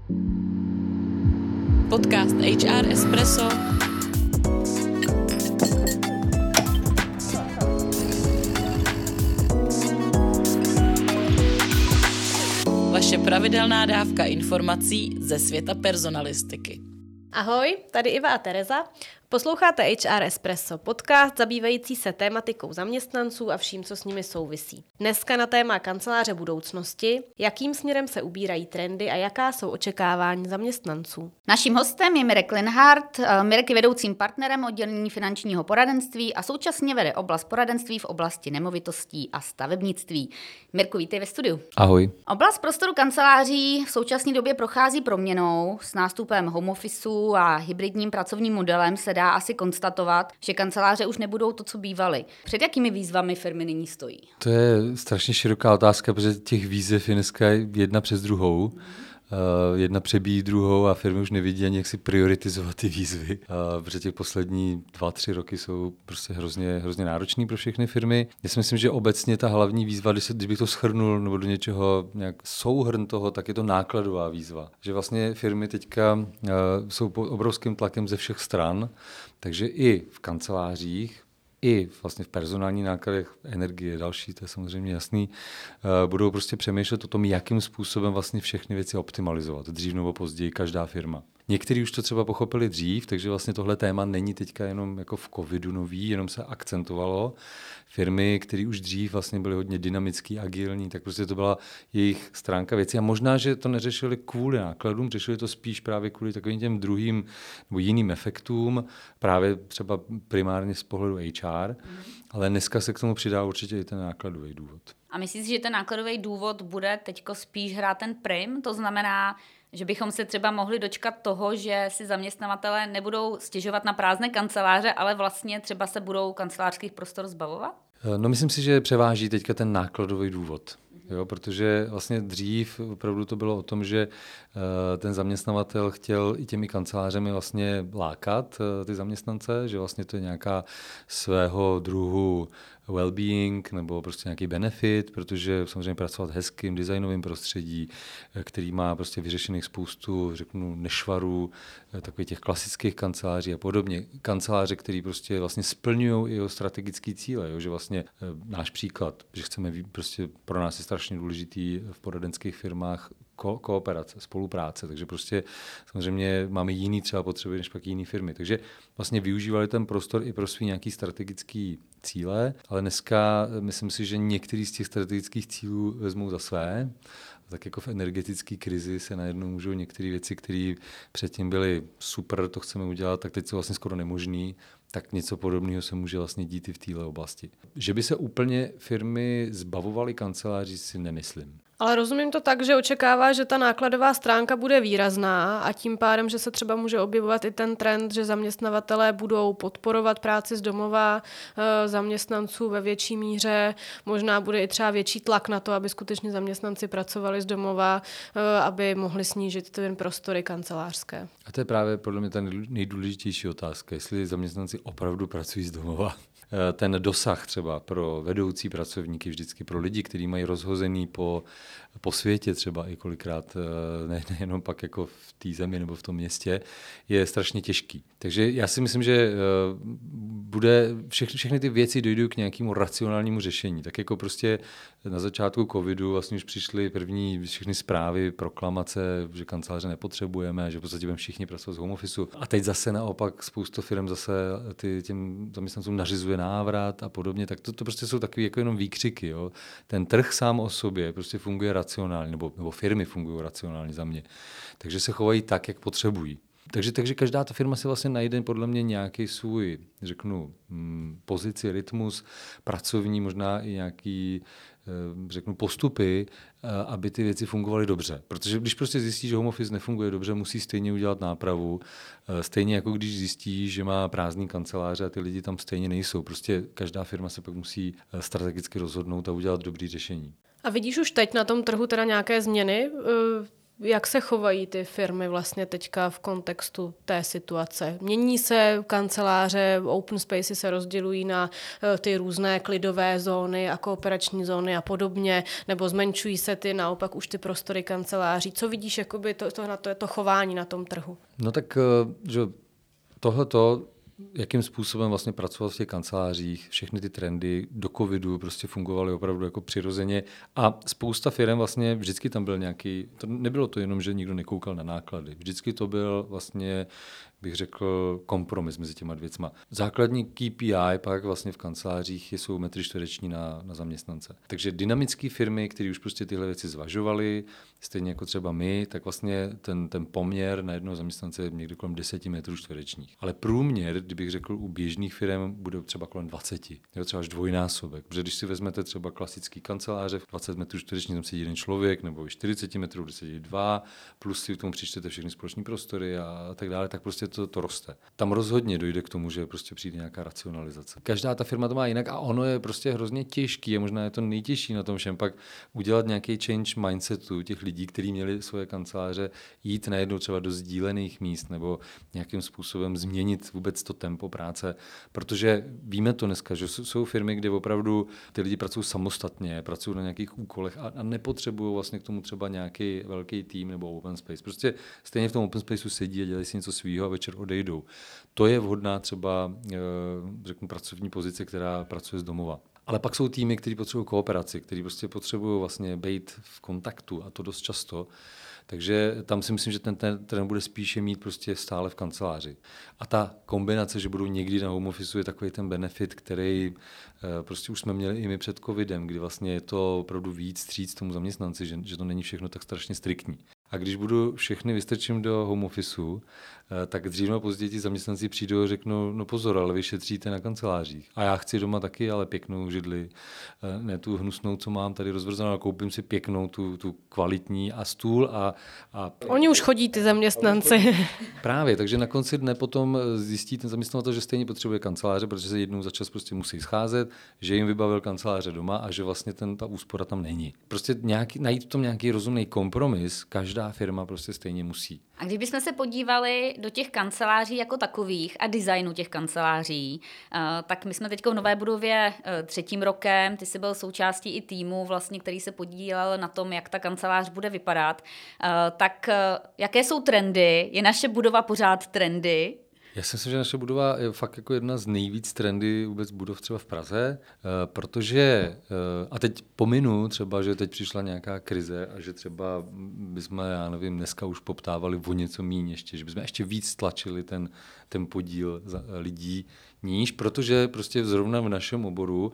Podcast HR Espresso. Vaše pravidelná dávka informací ze světa personalistiky. Ahoj, tady Iva a Tereza. Posloucháte HR Espresso, podcast zabývající se tématikou zaměstnanců a vším, co s nimi souvisí. Dneska na téma kanceláře budoucnosti, jakým směrem se ubírají trendy a jaká jsou očekávání zaměstnanců. Naším hostem je Mirek Linhardt. Mirek je vedoucím partnerem oddělení finančního poradenství a současně vede oblast poradenství v oblasti nemovitostí a stavebnictví. Mirku, vítej ve studiu. Ahoj. Oblast prostoru kanceláří v současné době prochází proměnou. S nástupem home officeu a hybridním pracovním modelem se dá asi konstatovat, že kanceláře už nebudou to, co bývaly. Před jakými výzvami firmy nyní stojí? To je strašně široká otázka, protože těch výzev je dneska jedna přes druhou. Jedna přebíjí druhou a firmy už nevidí ani, jak si prioritizovat ty výzvy. Protože těch poslední 2-3 roky jsou prostě hrozně náročný pro všechny firmy. Já si myslím, že obecně ta hlavní výzva, když bych to shrnul nebo do něčeho nějak souhrn toho, tak je to nákladová výzva. Že vlastně firmy teďka jsou pod obrovským tlakem ze všech stran, takže i v kancelářích, i vlastně v personální nákladech, energie, další, to je samozřejmě jasný, budou prostě přemýšlet o tom, jakým způsobem vlastně všechny věci optimalizovat, dřív nebo později každá firma. Někteří už to třeba pochopili dřív, takže vlastně tohle téma není teďka jenom jako v covidu nový, jenom se akcentovalo. Firmy, které už dřív vlastně byly hodně dynamický, agilní, tak prostě to byla jejich stránka věci. A možná, že to neřešili kvůli nákladům, řešili to spíš právě kvůli takovým těm druhým nebo jiným efektům, právě třeba primárně z pohledu HR, ale dneska se k tomu přidá určitě i ten nákladový důvod. A myslíš, že ten nákladový důvod bude teďko spíš hrát ten prim? To znamená, že bychom se třeba mohli dočkat toho, že si zaměstnavatelé nebudou stěžovat na prázdné kanceláře, ale vlastně třeba se budou kancelářských prostor zbavovat? No, myslím si, že převáží teďka ten nákladový důvod. Jo, protože vlastně dřív opravdu to bylo o tom, že ten zaměstnavatel chtěl i těmi kancelářemi vlastně lákat ty zaměstnance, že vlastně to je nějaká svého druhu well-being nebo prostě nějaký benefit, protože samozřejmě pracovat v hezkým designovém prostředí, který má prostě vyřešených spoustu, řeknu, nešvarů, takových těch klasických kanceláří a podobně. Kanceláře, které prostě vlastně splňují i jeho strategické cíle, jo, že vlastně náš příklad, že chceme prostě pro nás je strašně důležitý v poradenských firmách kooperace, spolupráce, takže prostě samozřejmě máme jiný třeba potřeby než pak jiný firmy. Takže vlastně využívali ten prostor i pro svý nějaký strategický cíle, ale dneska myslím si, že některý z těch strategických cílů vezmou za své. Tak jako v energetické krizi se najednou můžou některé věci, které předtím byly super, to chceme udělat, tak teď jsou vlastně skoro nemožný, tak něco podobného se může vlastně dít i v této oblasti. Že by se úplně firmy zbavovaly kanceláří, si nemyslím. Ale rozumím to tak, že očekává, že ta nákladová stránka bude výrazná a tím pádem, že se třeba může objevovat i ten trend, že zaměstnavatelé budou podporovat práci z domova zaměstnanců ve větší míře. Možná bude i třeba větší tlak na to, aby skutečně zaměstnanci pracovali z domova, aby mohli snížit ten prostory kancelářské. A to je právě podle mě ta nejdůležitější otázka, jestli zaměstnanci opravdu pracují z domova. Ten dosah třeba pro vedoucí pracovníky, vždycky pro lidi, kteří mají rozhozený po světě třeba i kolikrát, nejenom pak jako v té zemi nebo v tom městě, je strašně těžký. Takže já si myslím, že bude všechny ty věci dojdou k nějakému racionálnímu řešení. Tak jako prostě na začátku covidu vlastně už přišly první všechny zprávy, proklamace, že kanceláře nepotřebujeme, že v podstatě budeme všichni pracovat z home officeu. A teď zase naopak spoustu firm zase těm zaměstnancům nařizuje návrat a podobně. Tak to prostě jsou takové jako jenom výkřiky. Jo. Ten trh sám o sobě prostě funguje racionálně, nebo firmy fungují racionálně za mě. Takže se chovají tak, jak potřebují. Takže každá ta firma si vlastně najde podle mě nějaký svůj, řeknu, pozici, rytmus, pracovní, možná i nějaký, řeknu, postupy, aby ty věci fungovaly dobře. Protože když prostě zjistí, že home office nefunguje dobře, musí stejně udělat nápravu. Stejně jako když zjistí, že má prázdný kanceláře a ty lidi tam stejně nejsou. Prostě každá firma se pak musí strategicky rozhodnout a udělat dobré řešení. A vidíš už teď na tom trhu teda nějaké změny Jak se chovají ty firmy vlastně teďka v kontextu té situace? Mění se kanceláře, open spacey se rozdělují na ty různé klidové zóny a kooperační zóny a podobně, nebo zmenšují se naopak už ty prostory kanceláří? Co vidíš jakoby to chování na tom trhu? No tak, že tohleto, jakým způsobem vlastně pracovat v těch kancelářích, všechny ty trendy do covidu prostě fungovaly opravdu jako přirozeně a spousta firem vlastně vždycky tam byl nějaký, to nebylo to jenom, že nikdo nekoukal na náklady, vždycky to byl vlastně, bych řekl, kompromis mezi těma věcma. Základní KPI pak vlastně v kancelářích jsou metry čtvereční na zaměstnance. Takže dynamické firmy, které už prostě tyhle věci zvažovaly, stejně jako třeba my, tak vlastně ten poměr na jednoho zaměstnance je někdy kolem 10 metrů čtverečních. Ale průměr, kdybych řekl, u běžných firm bude třeba kolem 20, nebo třeba až dvojnásobek. Protože když si vezmete třeba klasický kanceláře, 20 metrů čtverečních tam sedí jeden člověk, nebo 40 metrů, kde sedí dva, plus si k tomu přičtete všechny společné prostory a tak dále, tak prostě to roste. Tam rozhodně dojde k tomu, že prostě přijde nějaká racionalizace. Každá ta firma to má jinak a ono je prostě hrozně těžký a možná je to nejtěžší na tom všem pak udělat nějaký change mindsetu těch lidí, kteří měli svoje kanceláře, jít najednou třeba do sdílených míst nebo nějakým způsobem změnit vůbec to tempo práce, protože víme to dneska, že jsou firmy, kde opravdu ty lidi pracují samostatně, pracují na nějakých úkolech a nepotřebují vlastně k tomu třeba nějaký velký tým nebo open space. Prostě stejně v tom open spaceu sedí a dělají si něco svýho a večer odejdou. To je vhodná třeba, řeknu, pracovní pozice, která pracuje z domova. Ale pak jsou týmy, kteří potřebují kooperaci, kteří prostě potřebují vlastně být v kontaktu a to dost často. Takže tam si myslím, že ten trend bude spíše mít prostě stále v kanceláři. A ta kombinace, že budou někdy na home office, je takový ten benefit, který prostě už jsme měli i my před covidem, kdy vlastně je to opravdu víc vstříc tomu zaměstnanci, že to není všechno tak strašně striktní. A když budu všechny vystrčím do home officeu, tak dřív nebo později ti zaměstnanci přijdou a řeknou, no pozor, ale vy šetříte na kancelářích. A já chci doma taky, ale pěknou židli, ne tu hnusnou, co mám tady rozvrzanou, ale koupím si pěknou, tu kvalitní a stůl a Oni už chodí, ty zaměstnanci. Právě, takže na konci dne potom zjistí ten zaměstnavatel, že stejně potřebuje kanceláře, protože se jednou za čas prostě musí scházet, že jim vybavil kanceláře doma a že vlastně ta úspora tam není. Prostě najít v tom nějaký rozumný kompromis, každá firma prostě stejně musí. A když bychom se podívali do těch kanceláří jako takových a designu těch kanceláří, tak my jsme teď v nové budově 3. rokem, ty jsi byl součástí i týmu, vlastně, který se podílel na tom, jak ta kancelář bude vypadat. Tak jaké jsou trendy? Je naše budova pořád trendy? Já si myslím, že naše budova je fakt jako jedna z nejvíc trendy vůbec budov třeba v Praze, protože, a teď pominu třeba, že teď přišla nějaká krize a že třeba bychom, já nevím, dneska už poptávali o něco míň ještě, že bychom ještě víc tlačili ten podíl lidí níž, protože prostě zrovna v našem oboru,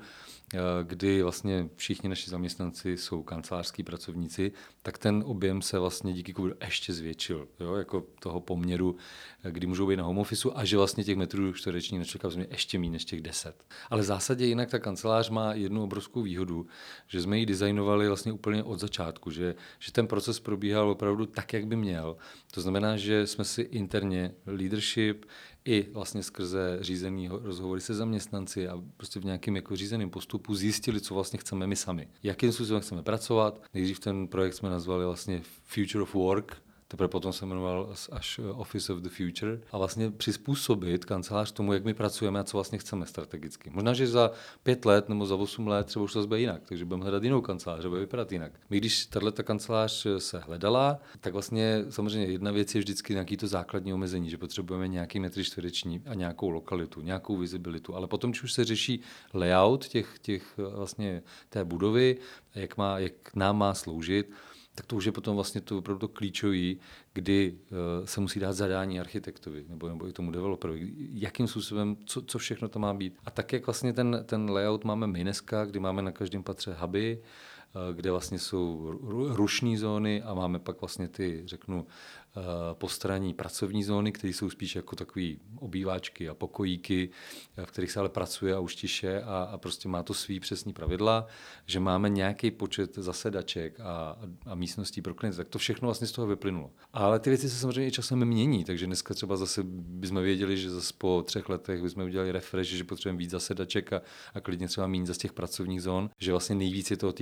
kdy vlastně všichni naši zaměstnanci jsou kancelářskí pracovníci, tak ten objem se vlastně díky covidu ještě zvětšil, jo, jako toho poměru, kdy můžou být na home officeu a že vlastně těch metrů čtverečních nečekal jsme ještě méně než těch 10. Ale v zásadě jinak ta kancelář má jednu obrovskou výhodu, že jsme ji designovali vlastně úplně od začátku, že ten proces probíhal opravdu tak, jak by měl. To znamená, že jsme si interně leadership i vlastně skrze řízený rozhovory se zaměstnanci a prostě v nějakém jako řízeném postupu zjistili, co vlastně chceme my sami. Jakým způsobem chceme pracovat. Nejdřív ten projekt jsme nazvali vlastně Future of Work, teprve potom se jmenoval až Office of the Future a vlastně přizpůsobit kancelář tomu, jak my pracujeme a co vlastně chceme strategicky. Možná, že za 5 let nebo za 8 let třeba už to bude jinak, takže budeme hledat jinou kancelář, bude vypadat jinak. My, když tato kancelář se hledala, tak vlastně samozřejmě jedna věc je vždycky nějaký to základní omezení, že potřebujeme nějaký metry čtvereční a nějakou lokalitu, nějakou visibilitu, ale potom, když už se řeší layout těch vlastně té budovy, jak nám má sloužit, tak to už je potom vlastně to opravdu klíčový, kdy se musí dát zadání architektovi nebo i tomu developerovi, jakým způsobem, co všechno to má být. A tak, jak vlastně ten layout máme my dneska, kdy máme na každém patře huby, kde vlastně jsou rušní zóny a máme pak vlastně ty, řeknu, postranní pracovní zóny, které jsou spíš jako takový obýváčky a pokojíky, v kterých se ale pracuje a už tiše a prostě má to svý přesný pravidla, že máme nějaký počet zasedaček a místností pro klienty, tak to všechno vlastně z toho vyplynulo. Ale ty věci se samozřejmě i časem mění, takže dneska třeba zase bychom věděli, že zase po 3 letech bychom udělali refresh, že potřebujeme víc zasedaček a klidně třeba méně z těch pracovních zón, že vlastně nejvíc je to té kooperace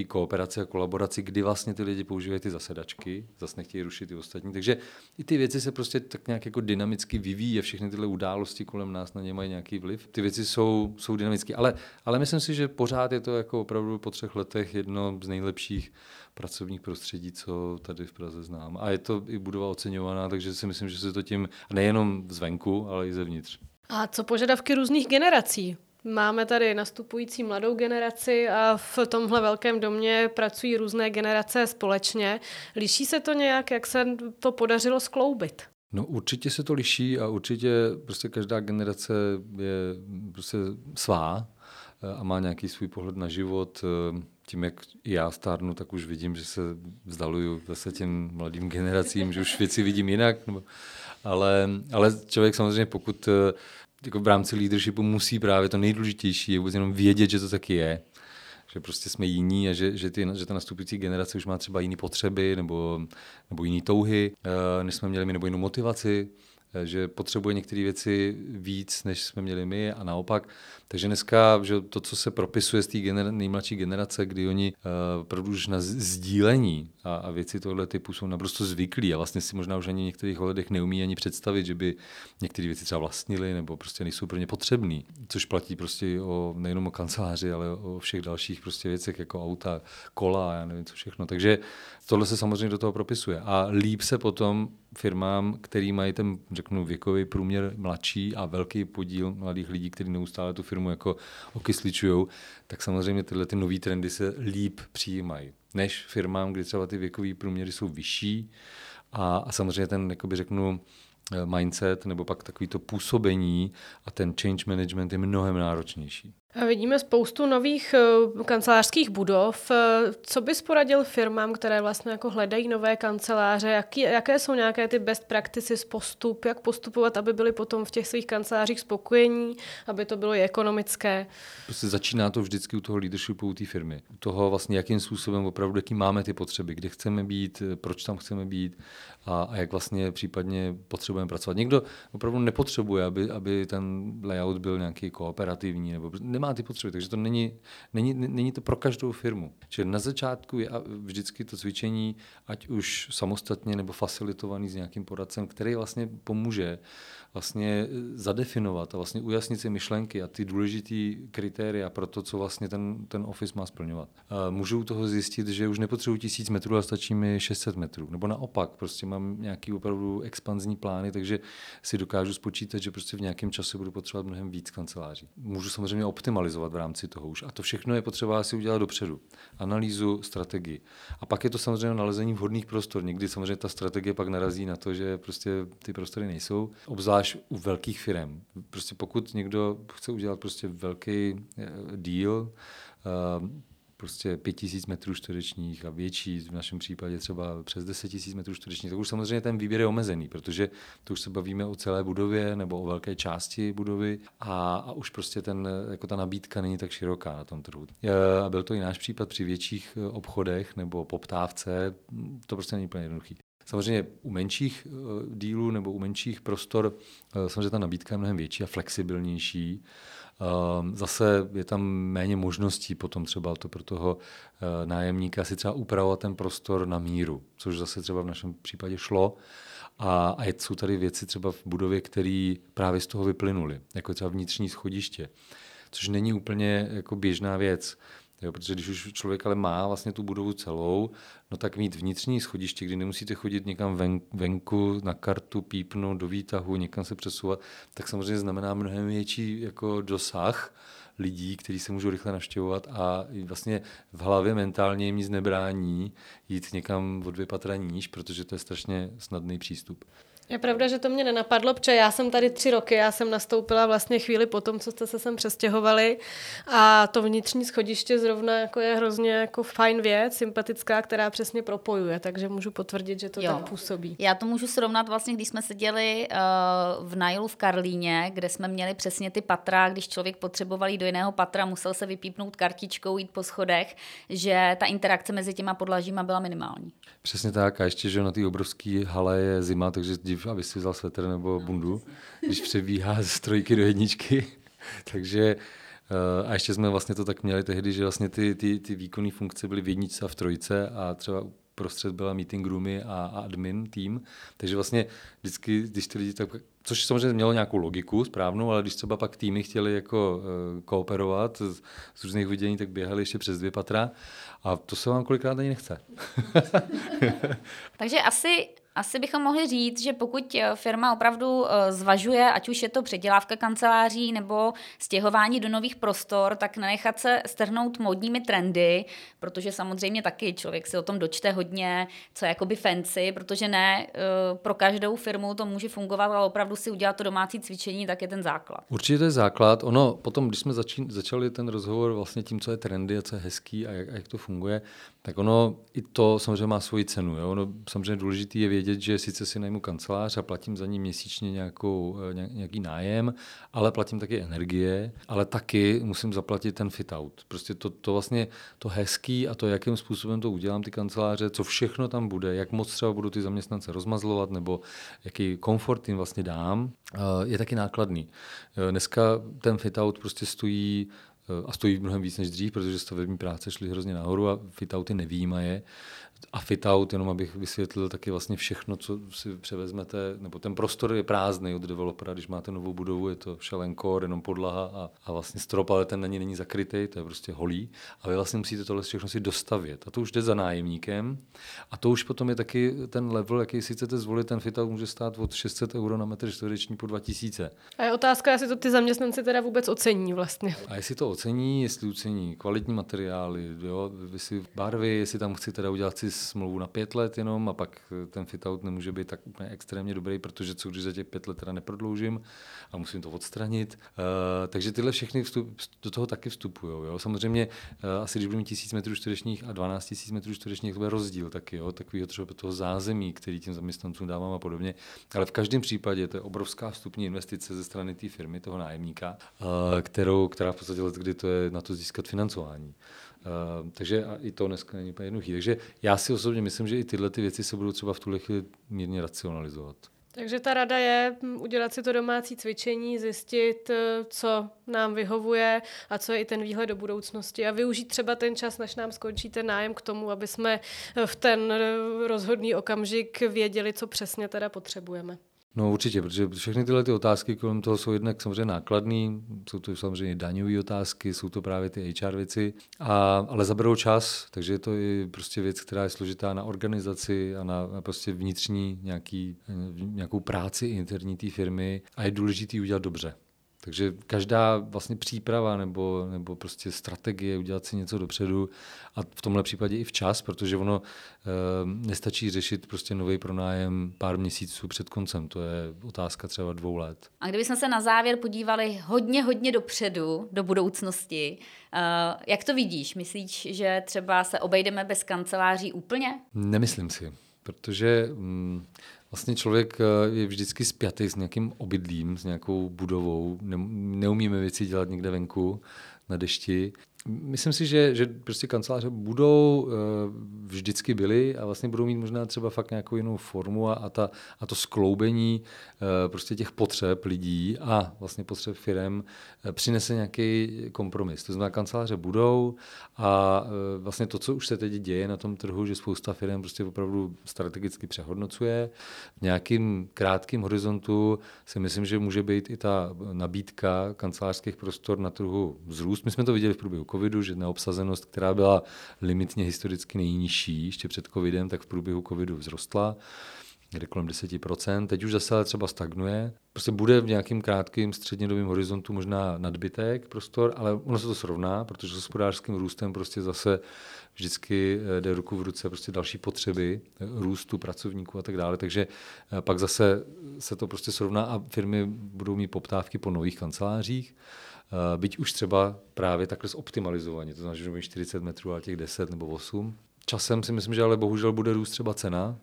kooperaci a kolaboraci, kdy vlastně ty lidi používají ty zasedačky, zase nechtějí rušit ty ostatní. Takže i ty věci se prostě tak nějak jako dynamicky vyvíjí a všechny tyhle události kolem nás na ně mají nějaký vliv. Ty věci jsou dynamické, ale myslím si, že pořád je to jako opravdu po 3 letech jedno z nejlepších pracovních prostředí, co tady v Praze znám. A je to i budova oceňovaná, takže si myslím, že se to tím nejenom zvenku, ale i zevnitř. A co požadavky různých generací? Máme tady nastupující mladou generaci a v tomhle velkém domě pracují různé generace společně. Liší se to nějak, jak se to podařilo skloubit? No určitě se to liší a určitě prostě každá generace je prostě svá a má nějaký svůj pohled na život. Tím, jak já stárnu, tak už vidím, že se vzdaluju zase těm mladým generacím, že už věci vidím jinak. Ale člověk samozřejmě, pokud jako v rámci leadershipu musí právě to nejdůležitější je vůbec jenom vědět, že to taky je. Že prostě jsme jiní a že ta nastupující generace už má třeba jiné potřeby nebo jiné touhy, než jsme měli my, nebo jinou motivaci, že potřebuje některé věci víc, než jsme měli my a naopak. Takže dneska, že to, co se propisuje z té nejmladší generace, kdy oni opravdu už na sdílení a věci tohle typu jsou naprosto zvyklí a vlastně si možná už ani v některých ohledech neumí ani představit, že by některé věci třeba vlastnili nebo prostě nejsou pro ně potřebný. Což platí prostě nejenom o kanceláři, ale o všech dalších prostě věcech, jako auta, kola a já nevím co všechno. Takže tohle se samozřejmě do toho propisuje. A líp se potom firmám, který mají ten, řeknu, věkový průměr mladší a velký podíl mladých lidí, kteří neustále tu firmu jako okysličujou, tak samozřejmě tyhle ty nový trendy se líp přijímají, než firmám, kdy třeba ty věkový průměry jsou vyšší a samozřejmě ten, jakoby řeknu, mindset nebo pak takový to působení a ten change management je mnohem náročnější. A vidíme spoustu nových kancelářských budov. Co bys poradil firmám, které vlastně jako hledají nové kanceláře? Jaké jsou nějaké ty best practices, postup, jak postupovat, aby byli potom v těch svých kancelářích spokojení, aby to bylo i ekonomické? Prostě začíná to vždycky u toho leadershipu, u té firmy. U toho vlastně, jakým způsobem opravdu, jaký máme ty potřeby, kde chceme být, proč tam chceme být a jak vlastně případně potřebujeme pracovat. Někdo opravdu nepotřebuje, aby ten layout byl nějaký kooperativní nebo nemá ty potřeby, takže to není to pro každou firmu. Čili na začátku je vždycky to cvičení, ať už samostatně nebo facilitovaný s nějakým poradcem, který vlastně pomůže vlastně zadefinovat a vlastně ujasnit si myšlenky a ty důležitý kritéria pro to, co vlastně ten office má splňovat. Můžu u toho zjistit, že už nepotřebuji 1000 metrů, ale stačí mi 600 metrů. Nebo naopak, prostě mám nějaký opravdu expanzní plány, takže si dokážu spočítat, že prostě v nějakém čase budu potřebovat mnohem víc kanceláří. Můžu samozřejmě optimalizovat v rámci toho už. A to všechno je potřeba si udělat dopředu. Analýzu, strategii. A pak je to samozřejmě nalezení vhodných prostor. Někdy samozřejmě ta strategie pak narazí na to, že prostě ty prostory nejsou. Obzvlášť u velkých firem. Prostě pokud někdo chce udělat prostě velký deal, prostě 5000 metrů čtverečních a větší, v našem případě třeba přes 10 000 metrů čtverečních, tak už samozřejmě ten výběr je omezený, protože to už se bavíme o celé budově nebo o velké části budovy a už prostě jako ta nabídka není tak široká na tom trhu. A byl to i náš případ při větších obchodech nebo poptávce, to prostě není úplně jednoduchý. Samozřejmě u menších dílů nebo u menších prostor samozřejmě ta nabídka je mnohem větší a flexibilnější. Zase je tam méně možností potom třeba to pro toho nájemníka si třeba upravovat ten prostor na míru, což zase třeba v našem případě šlo. A jsou tady věci třeba v budově, které právě z toho vyplynuly, jako třeba vnitřní schodiště, což není úplně jako běžná věc. Jo, protože když už člověk ale má vlastně tu budovu celou, no tak mít vnitřní schodiště, kdy nemusíte chodit někam venku na kartu, pípnout do výtahu, někam se přesouvat, tak samozřejmě znamená mnohem větší jako dosah lidí, kteří se můžou rychle navštěvovat a vlastně v hlavě mentálně jim nic nebrání jít někam o 2 patra níž, protože to je strašně snadný přístup. Je pravda, že to mě nenapadlo, protože já jsem tady 3 roky, já jsem nastoupila vlastně chvíli po tom, co jste se sem přestěhovali a to vnitřní schodiště zrovna jako je hrozně jako fajn věc, sympatická, která přesně propojuje, takže můžu potvrdit, že to tak působí. Já to můžu srovnat vlastně, když jsme seděli v Nailu v Karlíně, kde jsme měli přesně ty patra, když člověk potřeboval jít do jiného patra, musel se vypípnout kartičkou, jít po schodech, že ta interakce mezi těma podlažíma byla minimální. Přesně tak a ještě, že na té obrovské hale je zima, takže aby si vzal svetr nebo bundu, když přebíhá z 3 do 1. Takže A ještě jsme vlastně to tak měli tehdy, že vlastně ty výkonné funkce byly v jedničce a v trojce a třeba prostřed byla meeting roomy a admin tým, takže vlastně vždycky, když ty lidi tak, což samozřejmě mělo nějakou logiku správnou, ale když třeba pak týmy chtěli jako kooperovat z různých vidění, tak běhali ještě přes 2 patra a to se vám kolikrát ani nechce. Takže asi bychom mohli říct, že pokud firma opravdu zvažuje, ať už je to předělávka kanceláří nebo stěhování do nových prostor, tak nenechat se strhnout módními trendy, protože samozřejmě taky člověk si o tom dočte hodně, co je jakoby fancy, protože ne pro každou firmu to může fungovat, ale opravdu si udělat to domácí cvičení, tak je ten základ. Určitě to je základ. Ono potom, když jsme začali ten rozhovor vlastně tím, co je trendy a co je hezký a jak to funguje, tak ono i to samozřejmě má svoji cenu. Jo? Ono samozřejmě důležité je vědět, že sice si najmu kancelář a platím za ní měsíčně nějaký nájem, ale platím taky energie, ale taky musím zaplatit ten fit-out. Prostě to vlastně to hezký a to, jakým způsobem to udělám ty kanceláře, co všechno tam bude, jak moc třeba budu ty zaměstnance rozmazlovat nebo jaký komfort jim vlastně dám, je taky nákladný. Dneska ten fit-out prostě stojí mnohem víc než dřív, protože stavební práce šly hrozně nahoru a fit-outy nevyjímaje. A fit-out, jenom abych vysvětlil, taky vlastně všechno, co si převezmete, nebo ten prostor je prázdný od developera, když máte novou budovu, je to shell and core, jenom podlaha a vlastně strop, ale ten na ní není zakrytý, to je prostě holý. A vy vlastně musíte tohle všechno si dostavět. A to už jde za nájemníkem. A to už potom je taky ten level, jaký si chcete zvolit, ten fit-out může stát od 600 € na metr čtvereční po 2000. A je otázka, jestli to ty zaměstnanci teda vůbec ocení vlastně. A jestli to ocení, jestli ocení kvalitní materiály, jo, jestli barvy, jestli tam chci teda udělat si smlouvu na 5 let jenom a pak ten fit-out nemůže být tak úplně extrémně dobrý, protože co když za těch 5 let teda neprodloužím a musím to odstranit. Takže tyhle všechny do toho taky vstupují. Jo. Samozřejmě asi když budu mít 1000 metrů čtverečních a 12 000 metrů čtverečních, to bude rozdíl taky, jo, takového třeba toho zázemí, který těm zaměstnancům dávám a podobně. Ale v každém případě to je obrovská vstupní investice ze strany té firmy, toho nájemníka, která v podstatě kdy to je na to získat financování. Takže i to dneska není úplně jednoduché. Takže já si osobně myslím, že i tyhle ty věci se budou třeba v tuhle chvíli mírně racionalizovat. Takže ta rada je udělat si to domácí cvičení, zjistit, co nám vyhovuje a co je i ten výhled do budoucnosti a využít třeba ten čas, než nám skončí ten nájem k tomu, aby jsme v ten rozhodný okamžik věděli, co přesně teda potřebujeme. No určitě, protože všechny tyhle ty otázky kolem toho jsou jednak samozřejmě nákladný, jsou to samozřejmě daňové otázky, jsou to právě ty HR věci, ale zaberou čas, takže je to i prostě věc, která je složitá na organizaci a na prostě vnitřní nějakou práci interní té firmy a je důležitý udělat dobře. Takže každá vlastně příprava nebo prostě strategie udělat si něco dopředu a v tomhle případě i včas, protože ono nestačí řešit prostě nový pronájem pár měsíců před koncem, to je otázka třeba 2 let. A kdybychom se na závěr podívali hodně dopředu, do budoucnosti, jak to vidíš? Myslíš, že třeba se obejdeme bez kanceláří úplně? Nemyslím si, protože vlastně člověk je vždycky spjatý s nějakým obydlím, s nějakou budovou. Neumíme věci dělat někde venku na dešti. Myslím si, že prostě kanceláře budou, vždycky byly a vlastně budou mít možná třeba fakt nějakou jinou formu a to skloubení prostě těch potřeb lidí a vlastně potřeb firem přinese nějaký kompromis. To znamená, kanceláře budou a vlastně to, co už se teď děje na tom trhu, že spousta firem prostě opravdu strategicky přehodnocuje. V nějakým krátkém horizontu si myslím, že může být i ta nabídka kancelářských prostor na trhu vzrůst. My jsme to viděli v průběhu covidu, že neobsazenost, která byla limitně historicky nejnižší ještě před covidem, tak v průběhu covidu vzrostla, kde kolem 10%. Teď už zase třeba stagnuje. Prostě bude v nějakým krátkým střednědobým horizontu možná nadbytek prostor, ale ono se to srovná, protože s hospodářským růstem prostě zase vždycky jde ruku v ruce prostě další potřeby růstu pracovníků a tak dále. Takže pak zase se to prostě srovná a firmy budou mít poptávky po nových kancelářích. Byť už třeba právě takhle zoptimalizovaně, to znamená, že bude 40 metrů, ale těch 10 nebo 8. Časem si myslím, že ale bohužel bude růst třeba cena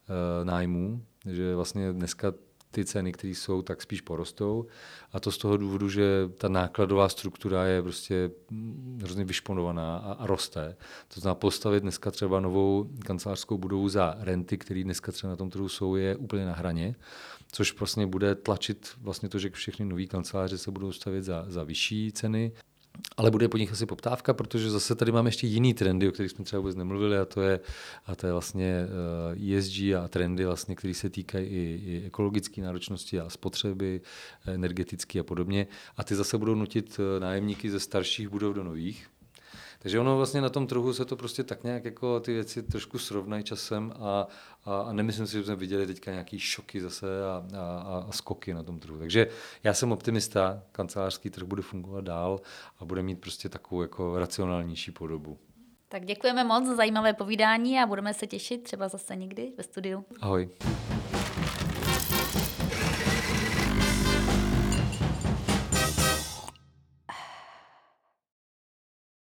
nájmů, že vlastně dneska ty ceny, které jsou, tak spíš porostou. A to z toho důvodu, že ta nákladová struktura je prostě hrozně vyšponovaná a roste. To znamená, postavit dneska třeba novou kancelářskou budovu za renty, které dneska třeba na tom trhu jsou, je úplně na hraně, což vlastně bude tlačit vlastně to, že všechny nové kanceláře se budou stavět za vyšší ceny. Ale bude po nich asi poptávka, protože zase tady máme ještě jiný trendy, o kterých jsme třeba vůbec nemluvili, a to je vlastně ESG a trendy, vlastně, které se týkají i ekologické náročnosti a spotřeby, energetické a podobně. A ty zase budou nutit nájemníky ze starších budov do nových. Takže ono vlastně na tom trhu se to prostě tak nějak jako ty věci trošku srovnají časem a nemyslím si, že jsme viděli teďka nějaký šoky zase a skoky na tom trhu. Takže já jsem optimista, kancelářský trh bude fungovat dál a bude mít prostě takovou jako racionálnější podobu. Tak děkujeme moc za zajímavé povídání a budeme se těšit třeba zase někdy ve studiu. Ahoj.